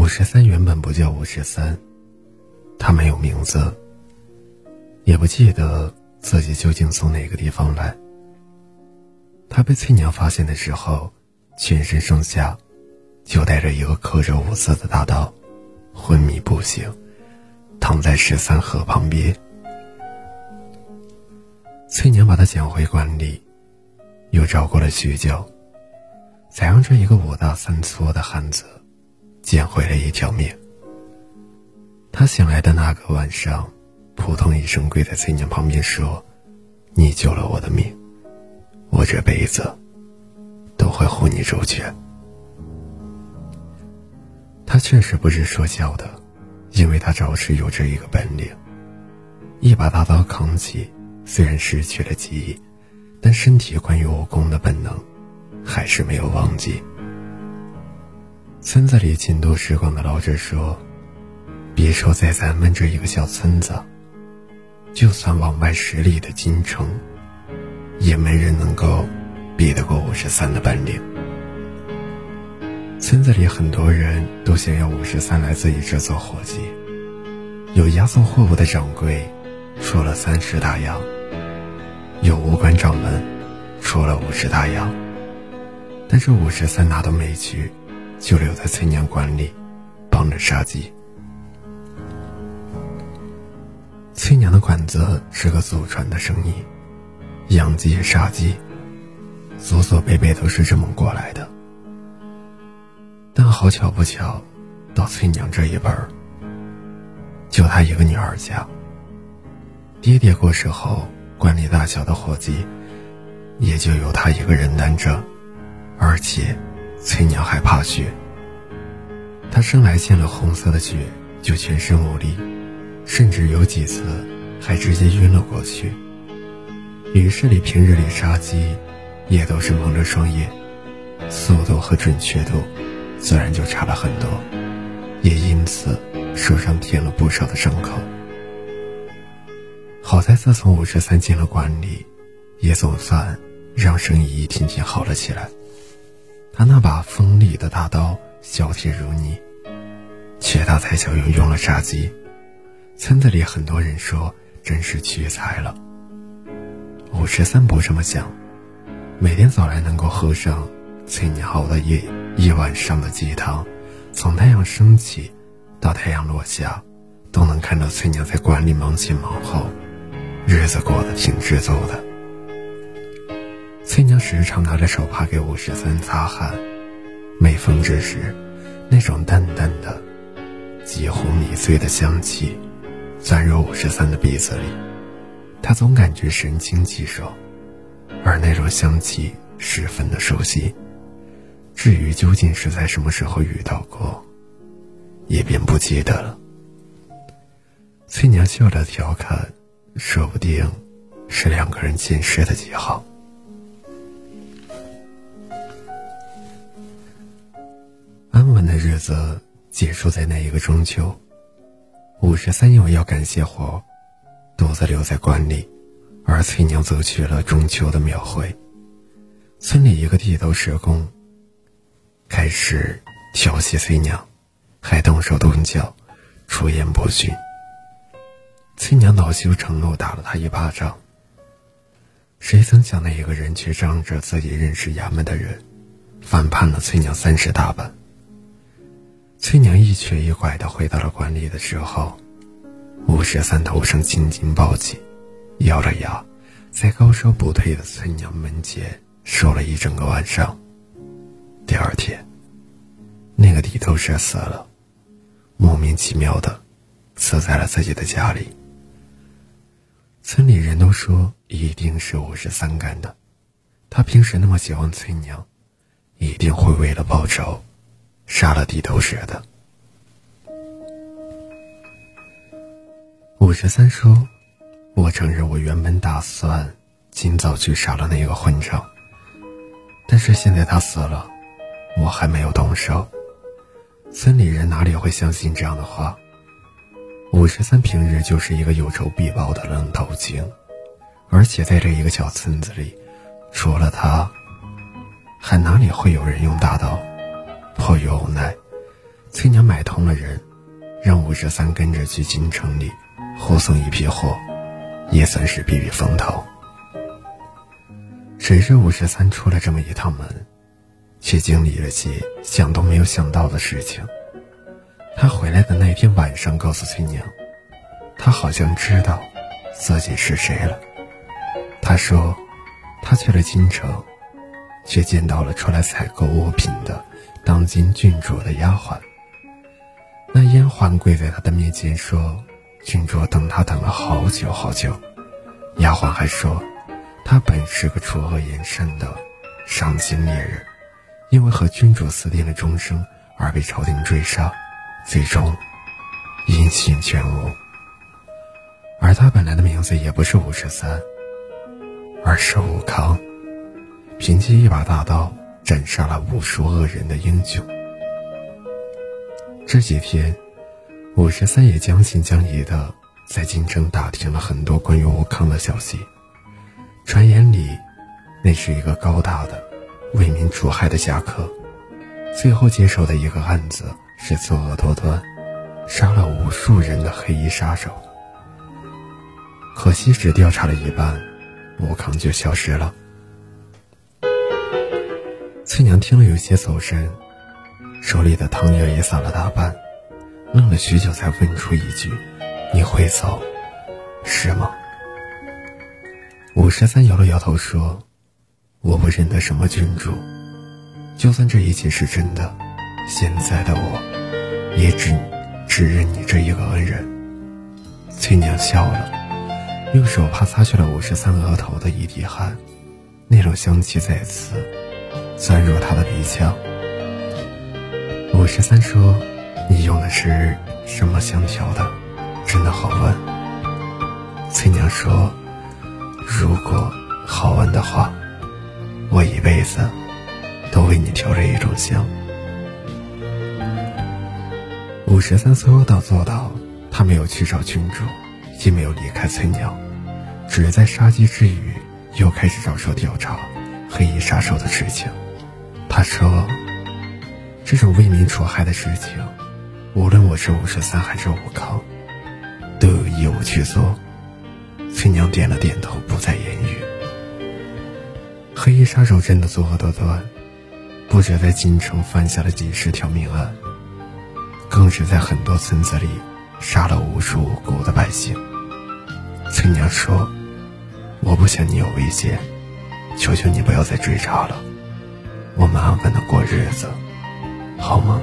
53原本不叫53，他没有名字，也不记得自己究竟从哪个地方来。他被翠娘发现的时候，全身上下就带着一个刻着5字的大刀，昏迷不醒，躺在13河旁边。翠娘把他捡回馆里，又照顾了许久，才让这一个5大3粗的汉子捡回了一条命。他醒来的那个晚上，扑通一声跪在翠娘旁边说：“你救了我的命，我这辈子都会护你周全。”他确实不是说笑的，因为他着实有这一个本领，一把大刀扛起，虽然失去了记忆，但身体关于武功的本能还是没有忘记。村子里见多识广的老者说，别说在咱们这一个小村子，就算往外10里的京城，也没人能够比得过53的本领。村子里很多人都想要53来自己这做伙计，有押送货物的掌柜说了30大洋，有武馆掌门说了50大洋，但是53哪都没去，就留在翠娘馆里帮着杀鸡。翠娘的馆子是个祖传的生意，养鸡杀鸡，祖祖辈辈都是这么过来的。但好巧不巧，到翠娘这一辈儿，就她一个女儿家。爹爹过世后，馆里大小的伙计也就由她一个人担着，而且翠娘还怕血，她生来见了红色的血就全身无力，甚至有几次还直接晕了过去。于是平日里杀鸡也都是蒙着双眼，速度和准确度自然就差了很多，也因此手上添了不少的伤口。好在自从53进了馆里，也总算让生意一天天好了起来。他那把锋利的大刀削铁如泥，却大材小用了杀鸡。村子里很多人说真是屈才了。53不这么想，每天早来能够喝上翠娘熬的一晚上的鸡汤，从太阳升起到太阳落下，都能看到翠娘在馆里忙前忙后，日子过得挺知足的。翠娘时常拿着手帕给53擦汗，每逢之时，那种淡淡的几乎迷醉的香气钻入53的鼻子里，他总感觉神清气爽，而那种香气十分的熟悉。至于究竟是在什么时候遇到过，也便不记得了。翠娘笑着调侃，说不定是2个人见识的记号。安稳的日子结束在那一个中秋，53因为要赶些活，独自留在馆里，而翠娘则去了中秋的庙会。村里一个地头蛇公开始调戏翠娘，还动手动脚，出言不逊。翠娘恼羞成怒，打了他一巴掌。谁曾想那一个人却仗着自己认识衙门的人，反叛了翠娘30大板。翠娘一瘸一拐地回到了馆里的时候，53头上青筋暴起，咬着牙在高烧不退的翠娘门前守了一整个晚上。第二天，那个地头蛇死了，莫名其妙的死在了自己的家里。村里人都说一定是53干的，他平时那么喜欢翠娘，一定会为了报仇杀了地头蛇的。53说，我承认我原本打算今早去杀了那个混账，但是现在他死了，我还没有动手。村里人哪里会相信这样的话？53平日就是一个有仇必报的愣头青，而且在这一个小村子里，除了他，还哪里会有人用大刀？迫于无奈， 崔娘买通了人，让53跟着去京城里护送一批货，也算是避避风头。谁知53出了这么一趟门，却经历了些想都没有想到的事情。他回来的那天晚上告诉崔娘，他好像知道自己是谁了。他说他去了京城，却见到了出来采购物品的当今郡主的丫鬟。那丫鬟跪在他的面前说，郡主等他等了好久好久。丫鬟还说，他本是个除恶扬善的赏心猎人，因为和君主私定了终生而被朝廷追杀，最终音信全无。而他本来的名字也不是53，而是武康，凭借一把大刀斩杀了无数恶人的英雄。这几天53也将信将疑的在京城打听了很多关于武康的消息。传言里那是一个高大的为民除害的侠客，最后接手的一个案子是作恶多端杀了无数人的黑衣杀手。可惜只调查了一半，武康就消失了。崔娘听了有些走神，手里的汤药也洒了大半，愣了许久才问出一句，你会走是吗？53摇了摇头说，我不认得什么君主，就算这一切是真的，现在的我也只认你这一个恩人。崔娘笑了，用手帕擦去了53额头的一滴汗，那种香气再次钻入他的鼻腔。53说，你用的是什么香调的？真的好闻。崔娘说，如果好闻的话，我一辈子都为你调这一种香。53说到做到，他没有去找君主，也没有离开崔娘，只是在杀鸡之余又开始着手调查黑衣杀手的事情。他说，这种为民除害的事情，无论我是53还是武康，都有义务去做。崔娘点了点头，不再言语。黑衣杀手真的作恶多端，不止在京城犯下了几十条命案，更是在很多村子里杀了无数无辜的百姓。崔娘说，我不想你有危险，求求你不要再追查了，我们安稳的过日子好吗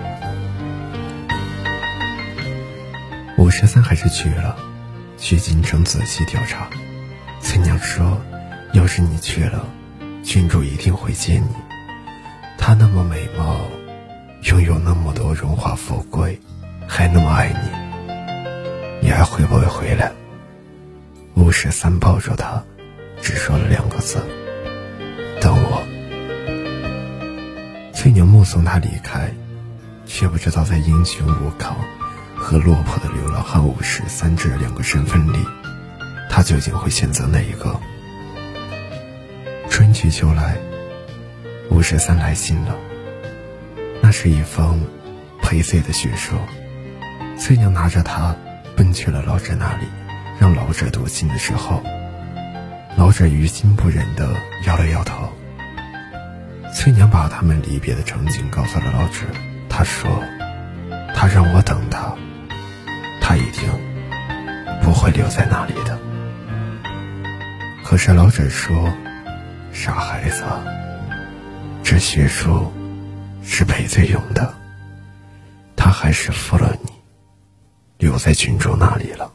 ？53还是去京城仔细调查。崔娘说，要是你去了，君主一定会见你，他那么美貌，拥有那么多荣华富贵，还那么爱你，你还会不会回来？53抱住他，只说了2个字，等我。崔娘目送他离开，却不知道在英雄武康和落魄的流浪汉53这2个身份里，他究竟会选择哪一个？春去秋来，53来信了，那是一封赔罪的血书。崔娘拿着它奔去了老者那里，让老者读信的时候，老者于心不忍地摇了摇头。崔娘把他们离别的场景告诉了老者，他说，他让我等他，他一定不会留在那里的。可是老者说，傻孩子，这血书是赔罪用的，他还是负了你，留在郡主那里了。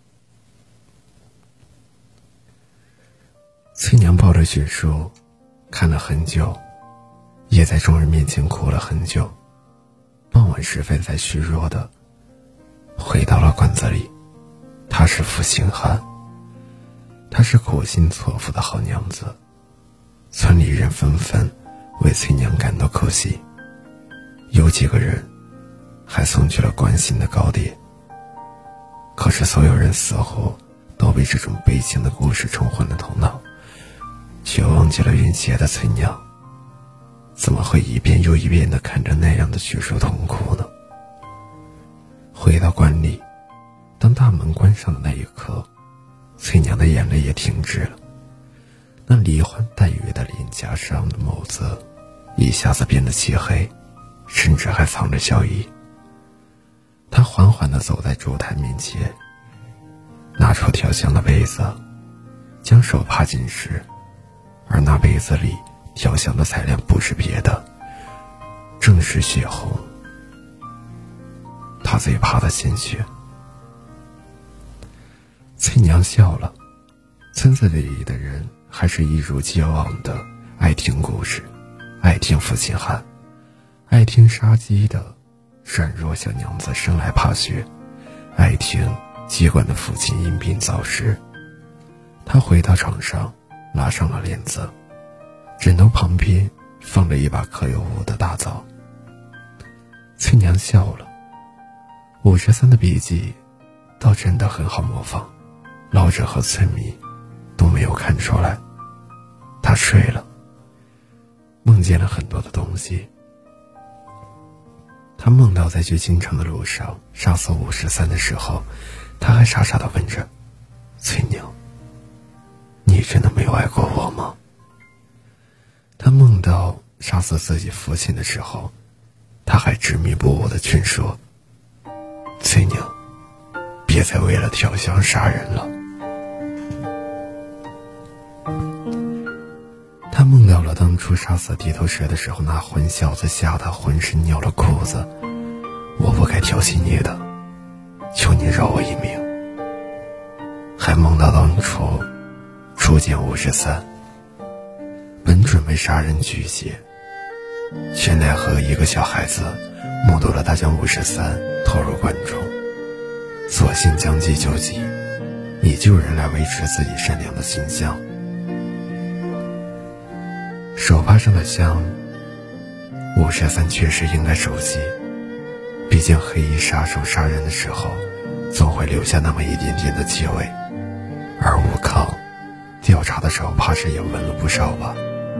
崔娘抱着血书看了很久，也在众人面前哭了很久。傍晚时分才虚弱的回到了馆子里。她是负心汉，她是苦心错付的好娘子。村里人纷纷为崔娘感到可惜，有几个人还送去了关心的糕点。可是所有人似乎都被这种悲情的故事冲昏了头脑，却忘记了晕血的崔娘怎么会一遍又一遍地看着那样的血书痛哭呢？ 回到馆里，当大门关上的那一刻，翠娘的眼泪也停止了。那梨花带雨的脸颊上的眸子一下子变得漆黑，甚至还藏着笑意。她缓缓地走在烛台面前，拿出调香的杯子，将手帕浸湿，而那杯子里调香的材料不是别的，正是血红，她最怕的鲜血。翠娘笑了，村子里的人还是一如既往的爱听故事，爱听父亲喊，爱听杀鸡的软弱小娘子生来怕血，爱听接管的父亲因病早逝。他回到床上，拉上了帘子，枕头旁边放着一把可有雾的大枣。翠娘笑了，53的笔记倒真的很好模仿，老者和村民都没有看出来。他睡了，梦见了很多的东西。他梦到在去京城的路上杀死53的时候，他还傻傻地问着翠娘，你真的没有爱过我吗？他梦到杀死自己父亲的时候，他还执迷不悟地劝说翠娘，别再为了调香杀人了。他梦到了当初杀死地头蛇的时候，那混小子吓得浑身尿了裤子，我不该调戏你的，求你饶我一命。还梦到当初初见53，本准备杀人举血，却奈何一个小孩子目睹了他将53投入棺中，索性将计就计，以救人来维持自己善良的形象。手帕上的香，53确实应该熟悉，毕竟黑衣杀手杀人的时候总会留下那么一点点的气味，而吴康调查的时候怕是也闻了不少吧。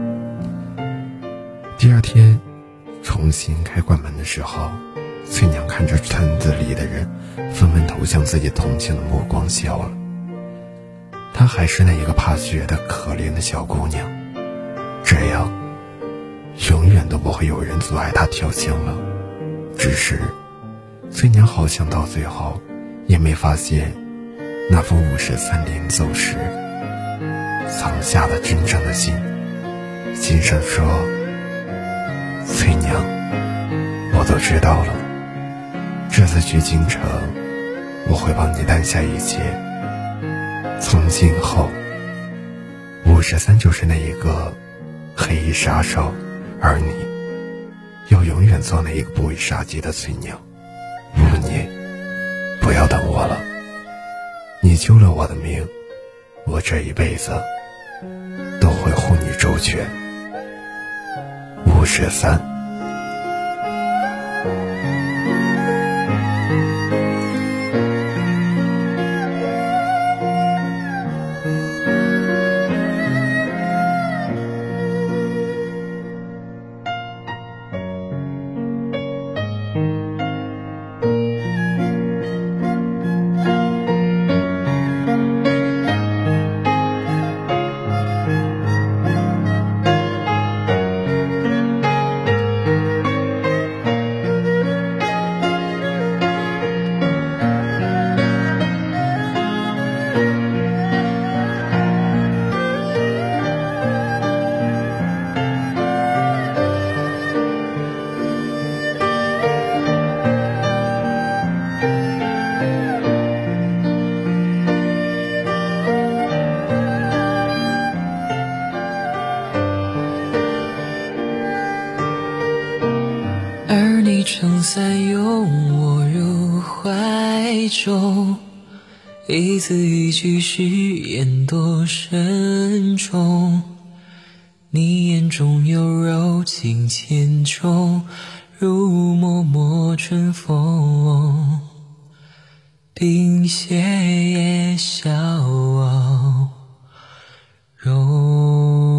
第二天重新开馆门的时候，翠娘看着村子里的人纷纷投向自己同情的目光笑了。她还是那一个怕血的可怜的小姑娘，这样永远都不会有人阻碍她调香了。只是翠娘好像到最后也没发现那封53临走时藏下的真正的信。信上说，翠娘，我都知道了，这次去京城我会帮你担下一切，从今后53就是那一个黑衣杀手，而你要永远做那一个不为杀鸡的翠娘。你不要等我了，你救了我的命，我这一辈子都会护你周全。53。 而你撑伞拥我入怀中，一字一句誓言多慎重，你眼中有柔情千种，如脉脉春风，冰雪也消融。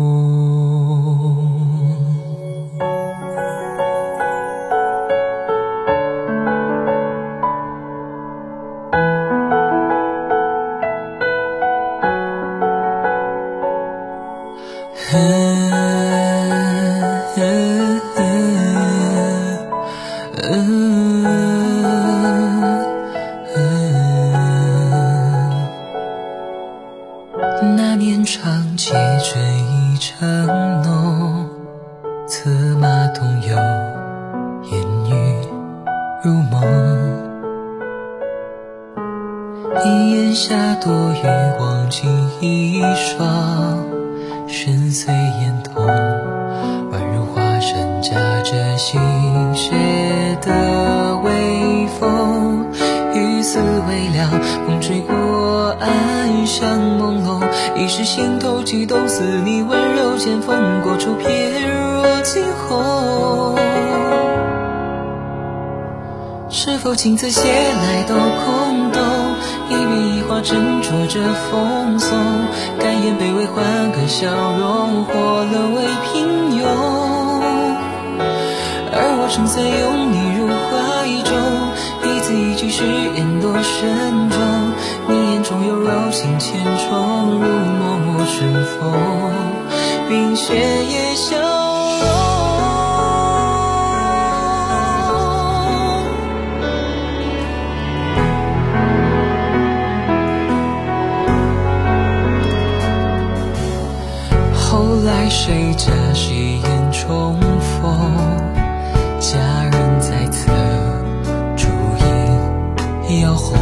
檐下多雨，忘记一双深邃眼瞳，宛如华山夹着新雪的微风，雨丝微凉，风吹过岸上朦胧，一时心头悸动，似你温柔剑锋，过处翩若惊鸿。是否情字写来都空洞，一笔一画斟酌着风颂，甘言卑微换个笑容，或沦为平庸。而我撑伞拥你入怀中，一字一句誓言多慎重，你眼中有柔情千重，如脉脉春风，冰雪也消融。后来谁家夕颜重逢，佳人在侧，烛影摇红。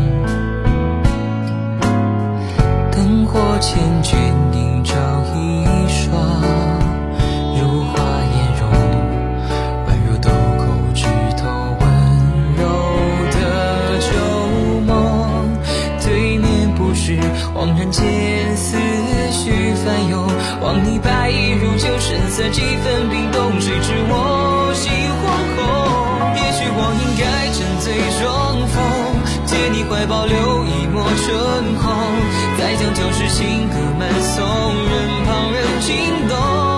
灯火缱绻映照一双如花颜容，宛如豆蔻枝头温柔的旧梦。对面不是恍然间思绪翻涌，望你白衣如旧，神色几分冰冻，谁知我心惶恐。也许我应该沉醉装疯，借你怀抱留一抹春红，再将旧时情歌慢诵，任旁人惊动。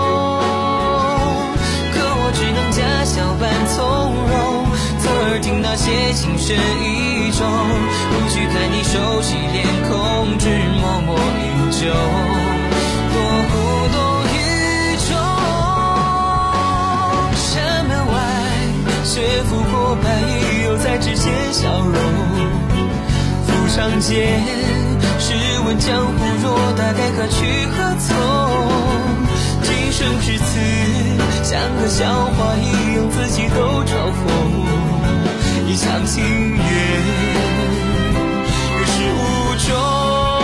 可我只能假笑般从容，侧耳听那些情深意重，不去看你熟悉脸孔，只默默饮酒。多互动于中，山门外雪拂过白衣，又在指尖消融。浮上间，试问江湖若大概何去何从？今生至此，像个笑话一样，自己都嘲讽。一厢情愿，有始无终。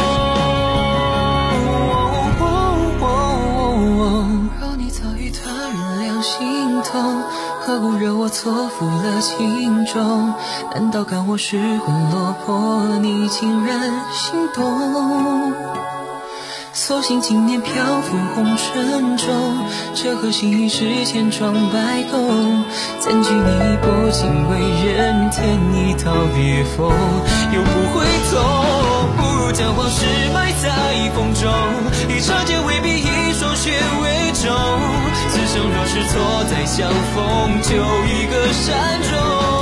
何故惹我错付了情衷？难道看我失魂落魄，你竟然心动？所幸今年漂浮红尘中，这颗心已是千疮百孔。怎惧你薄情为人添一道裂缝，又不会痛，不如将往事埋在风中，一场劫未必以霜雪为重。此生若是错再相逢，就一个山中。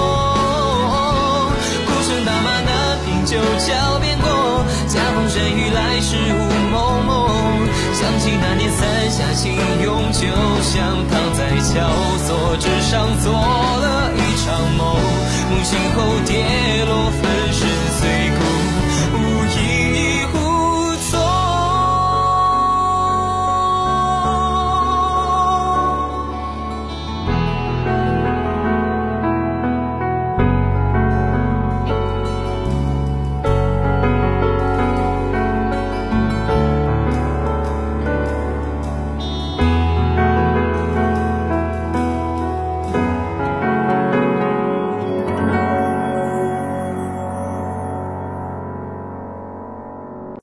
孤身打马那瓶酒浇边过，恰逢山雨来时雾蒙蒙。想起那年伞下情永久，像躺在桥索之上做了一场梦，梦醒后跌